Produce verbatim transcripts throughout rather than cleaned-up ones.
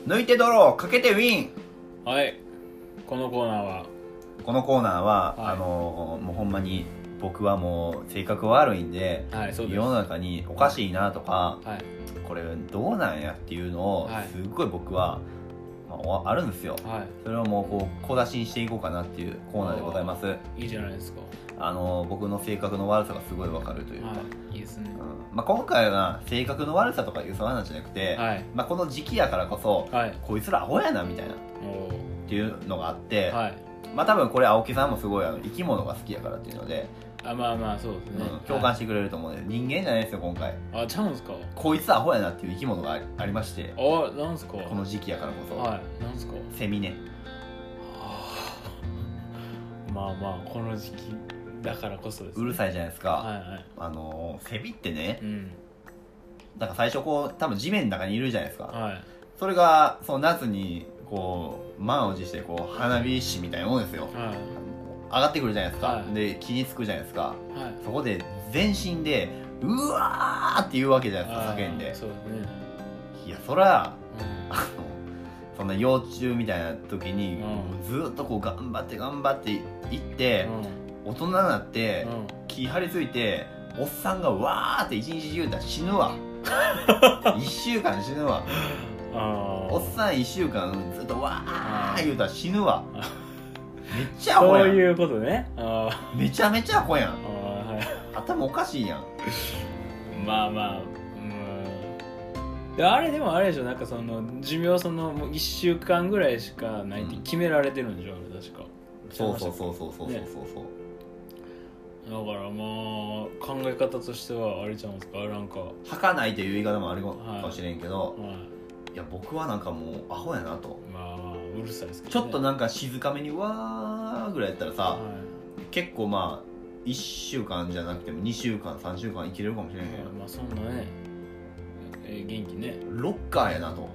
抜いてドローかけてウィン。 はい、このコーナーはこのコーナーは、 はい、 あのもうほんまに僕はもう性格悪いんで、 はい、そうです。 世の中におかしいなとか、 はい、これどうなんやっていうのをすっごい僕は、まあ、あるんですよ、はい、それをもうこう小出しにしていこうかなっていうコーナーでございます。 いいじゃないですか。 あの僕の性格の悪さがすごいわかるというか、はい、 いいですね、 うんまあ、今回は性格の悪さとかいうそういう話じゃなくて、はいまあ、この時期やからこそ、はい、こいつらアホやなみたいなっていうのがあって、はいまあ、多分これ青木さんもすごいあの生き物が好きやからっていうので、 あまあまあそうですね、うん、 共感してくれると思うので、はい、人間じゃないですよ今回。 あ、ちゃうんすか。 こいつアホやなっていう生き物がありまして。 あ、なんすか。 この時期やからこそ。 はい、なんすか。 セミね。 まあまあこの時期だからこそです、ね、 うるさいじゃないですか、 はいはい、 あのセミってね、うん、だから最初こう多分地面の中にいるじゃないですか、はい、それがその夏にこう満を持してこう花火師みたいなもんですよ、はい、上がってくるじゃないですか、はい、で木につくじゃないですか、はい、そこで全身でうわーって言うわけじゃないですか、叫んで。そうですね。いやそら、うん、あのそんな幼虫みたいな時に、うん、ずっとこう頑張って頑張っていって、うん、大人になって、うん、木張り付いておっさんがわーって一日中言うたら死ぬわいっしゅうかん死ぬわおっさんいっしゅうかんずっとわー言うたら死ぬわめっちゃアホやん。 そういうことね。あめちゃめちゃアホやん。あ、はい、頭おかしいやん。 まあまあであれでもあれでしょ、なんかその寿命そのもういっしゅうかんぐらいしかないって決められてるんでしょ、うん、確か。 そうそうそうそうそうそうそう、ね、 だからまあ考え方としてはあれちゃうんですか、なんか儚いという言い方もあるかもしれんけど、はいはい、いや僕はなんかもうアホやなと。 まあまあうるさいですけど、ね、ちょっとなんか静かめにわーぐらいやったらさ、はい、結構まあいっしゅうかんじゃなくてもにしゅうかんさんしゅうかん生きれるかもしれんけど、 まあそんなね、えー、元気ね。 ロッカーやなと、うん、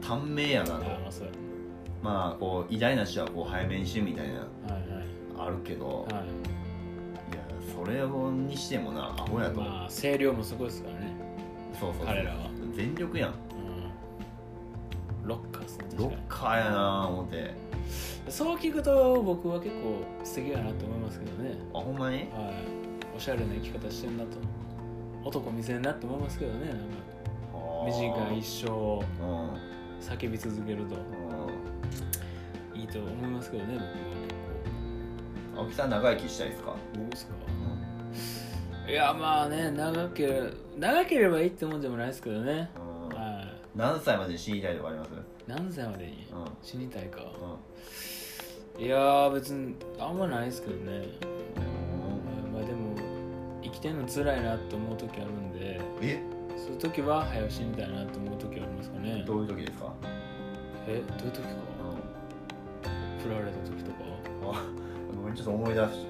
短命やなと。あ、まあそうやね。まあこう偉大な人はこう早めに死ぬみたいな、はいはい、あるけど、はい、いやそれをにしてもなアホやと。 まあ声量もすごいですからね。 そうそうそう、 彼らは全力やん、 うん、ロッカーっすね。 ロッカーやな思って。 そう聞くと僕は結構素敵やなと思いますけどね。 あ、ほんまに？はい、 おしゃれな生き方してんなと、男見せんなって思いますけどね。なんか短い一生を叫び続けると、うん、いいと思いますけどね。僕は結構。青木さん長生きしたいですか？ 僕ですか、うん、いやまあね、長ければ長ければいいってもんでもないですけどね、うん、はい、 何歳まで死にたいとかあります？ 何歳までに、うん、死にたいか、うん、いやー別にあんまないですけどね、うん、まあでも生きてんの辛いなって思う時あるんで、えそういう時は早く死にたいなって思う時ありますかね。 どういう時ですか？ えどういう時か、うん、振られた時とか。 あ、ごめんちょっと思い出し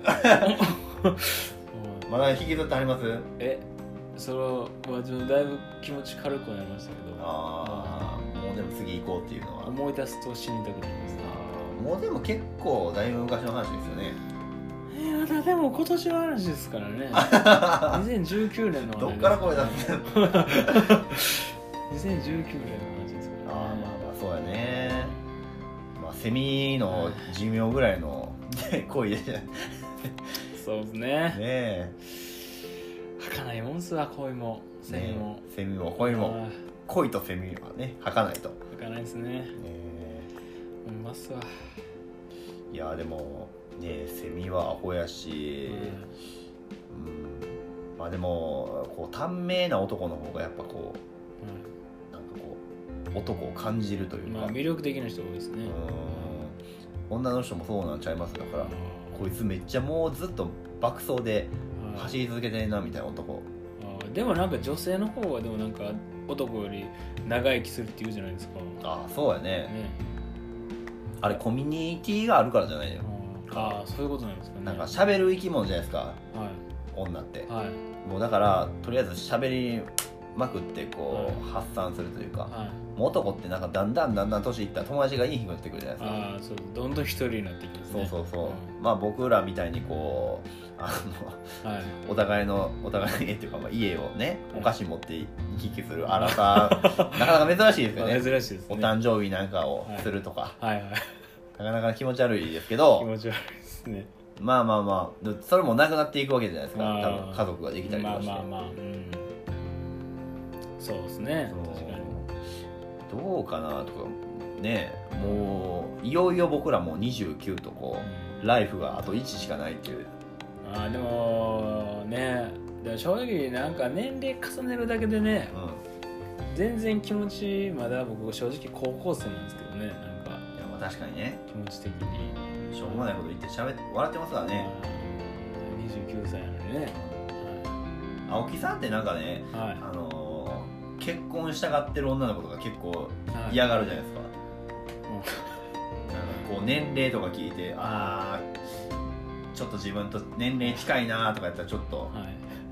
まだ引きずってあります？えそれはだいぶ気持ち軽くなりましたけど。 ああ、もうでも次行こうっていうのは思い出すと死にたくなりますね。 あ、もうでも結構だいぶ昔の話ですよね。 いやでも今年の話ですからねにせんじゅうきゅうねんの話です、ね、 どっから声出してんのにせんじゅうきゅうねんの話ですからね。 ああまあまあそうやね。まあセミの寿命ぐらいの恋でそうですね。 ねえ儚いもんすわ、恋もセミも、ね、 セミも恋も。恋とセミはね儚いと儚いですね。ほんまっすわ。 いやでもねセミはアホやし、うんうん、まあでもこう短命な男の方がやっぱこう、うん、なんかこう男を感じるというか、 まあ、魅力的な人多いですね。 うん、女の人もそうなんちゃいます。だからこいつめっちゃもうずっと爆走で走り続けてんなみたいな男。 あでもなんか女性の方はでもなんか男より長生きするって言うじゃないですか。 ああそうや ね, ねあれコミュニティがあるからじゃないよ。 ああそういうことなんですかね。 なんか喋る生き物じゃないですか、はい、女って、はい、もうだからとりあえず喋りまくってこう、はい、発散するというか、はい、もう男ってなんかだんだんだんだん年いったら友達がいい日が出てくるじゃないですか。 あそうどんどん一人になってきますね。 そうそうそう、うん、まあ僕らみたいにこうあの、はい、お互いのお互いの家っていうか、まあ、家をね、はい、お菓子持って行き来するあらさなかなか珍しいですよね。 珍しいですね。 お誕生日なんかをするとか、 はいはいはい、 なかなか気持ち悪いですけど、 気持ち悪いですね。 まあまあまあそれもなくなっていくわけじゃないですか。多分家族ができたりとかして、まあまあまあ、うん、 そうですね。確かにどうかなとかね。もういよいよ僕らもにじゅうきゅうとこう、うん、ライフがあといちしかないっていう。 あでもね、でも正直なんか年齢重ねるだけでね、うん、全然気持ちまだ僕正直高校生なんですけどね。なんかいやまあ確かにね、 気持ち的にしょうもないこと言ってしゃべ笑ってますからね。 にじゅうきゅうさいなのにね、はい、 青木さんってなんかね、はい、あのー、結婚したがってる女の子とか結構嫌がるじゃないですか、はい、なんかこう年齢とか聞いて、あーちょっと自分と年齢近いなとかやったらちょっと、はい、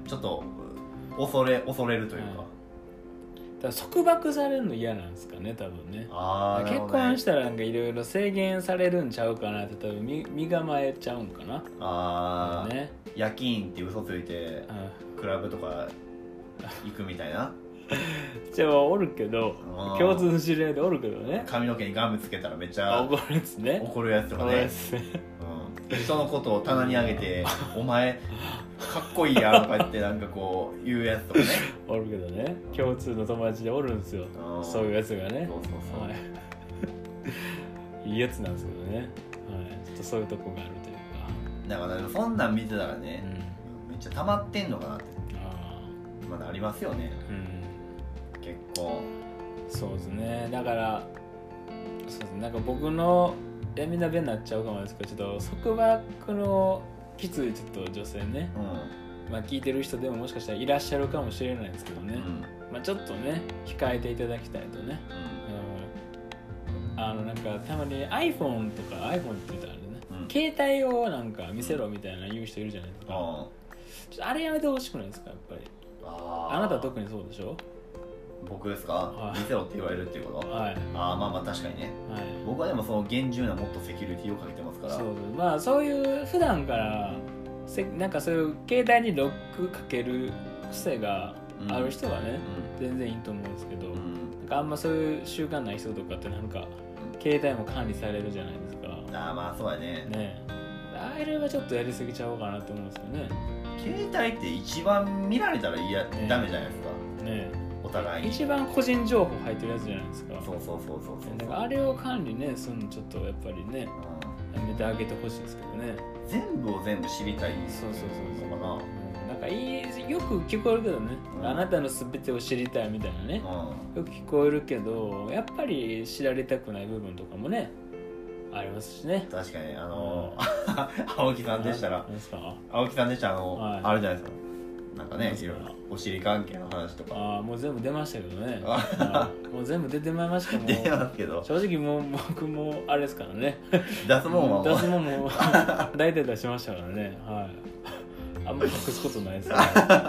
ちょっと恐れ恐れるというか、はい、 だから束縛されるの嫌なんですかね、多分ね。あ、結婚したらなんかいろいろ制限されるんちゃうかなって多分 身, 身構えちゃうんかな。 ああ、ね、夜勤って嘘ついてクラブとか行くみたいなじゃあおるけど、共通の知り合いでおるけどね。 髪の毛にガムつけたらめっちゃ怒るやつね。 怒るやつとかね。うん、人のことを棚に上げてお前かっこいいやとか言ってなんかこう言うやつとかねおるけどね、共通の友達でおるんですよ、そういうやつがね。そうそうそう、はい、いいやつなんですけどね、はい、ちょっとそういうとこがあるというか。 だからそんなん見てたらね、うん、めっちゃ溜まってんのかなってまだありますよね、うん、結構。 そうですね。だからそうですね、なんか僕の闇鍋になっちゃうかもですけど、ちょっと束縛のきついちょっと女性ね、うん、まあ聞いてる人でももしかしたらいらっしゃるかもしれないですけどね、うん、まあちょっとね控えていただきたいとね、うんうん、あのなんかたまに iPhone とか iPhone って言ったらあれね、うん、携帯をなんか見せろみたいな言う人いるじゃないですか、うん、ちょっとあれやめてほしくないですか、やっぱり。あ, あなたは特にそうでしょ。 僕ですか、はい、見せろって言われるっていうこと、はい、ああまあまあ確かにね、はい、僕はでもその厳重なもっとセキュリティをかけてますから。 そうまあそういう普段からせなんかそういう携帯にロックかける癖がある人はね、うん、全然いいと思うんですけど、うん、なんかあんまそういう習慣ない人とかってなんか、うん、携帯も管理されるじゃないですか。 ああまあそうやね。ねあれはちょっとやりすぎちゃおうかなって思うんですよね。 携帯って一番見られたら嫌、ね、ダメじゃないですか。ね、お互いに一番個人情報入ってるやつじゃないですか。 そうそうそうそうそう。 だからあれを管理ねするのちょっとやっぱりね、うん、やめてあげてほしいですけどね。 全部を全部知りたい。 そうそうそうそうかな。うん、なんかいいよく聞こえるけどね、うん、あなたの全てを知りたいみたいなね、うん、よく聞こえるけどやっぱり知られたくない部分とかもねありますしね。 確かにあのー、青木さんでしたら青木さんでしたらあの、はい、あるじゃないですか。なんかね、いろいろお尻関係の話とか。 ああもう全部出ましたけどねもう全部出てまいりました。もう出てますけど正直もう僕もあれですからね出すもんは出すもんも大体出しましたからね。はいあんまり隠すことないですね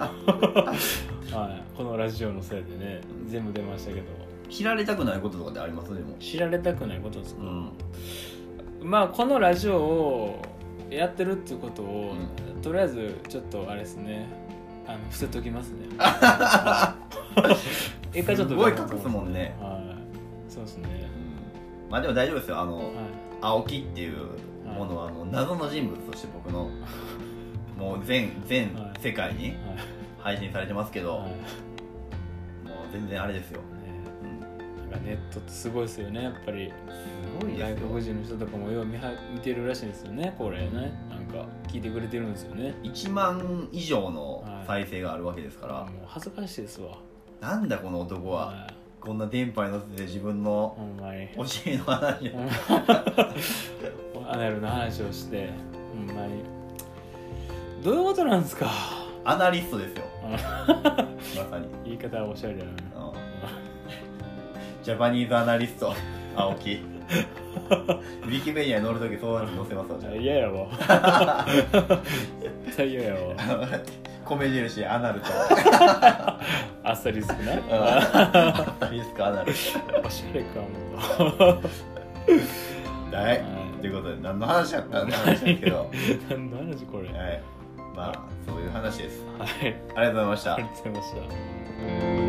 はいこのラジオのせいでね全部出ましたけど。 知られたくないこととかってあります？でも知られたくないことですか、うん、まあこのラジオをやってるっていうことを、うん、とりあえずちょっとあれですねあの伏せときますね一回ちょっとすごい隠すもんね。 はいそうですね、 うん、まあでも大丈夫ですよ。あの、はい、青木っていうものは、はい、あの謎の人物として僕のもう全全世界に配信されてますけど、はいはい、もう全然あれですよ。 ネットってすごいですよねやっぱり。すごいですよ。外国人の人とかもよう 見, 見てるらしいですよねこれね。なんか聞いてくれてるんですよね。 いちまん以上の再生があるわけですから、はい、 もう恥ずかしいですわ。 なんだこの男は、はい、こんな電波に乗せて自分のお尻の話をアナルの話をしてほんまにどういうことなんですか。 アナリストですよまさに。 言い方はおしゃれだな。 ジャパニーズアナリスト青木ウィキメディアに載るときそうやって載せますわ。 嫌やわ絶対嫌やわ米印アナルとアアスタリスクなアスタリスクアナルおしゃれかもはい、はい、ということで何の話やったんって話ですけど何の話これ、 はい、まあそういう話です。 はい、 ありがとうございました。 ありがとうございました。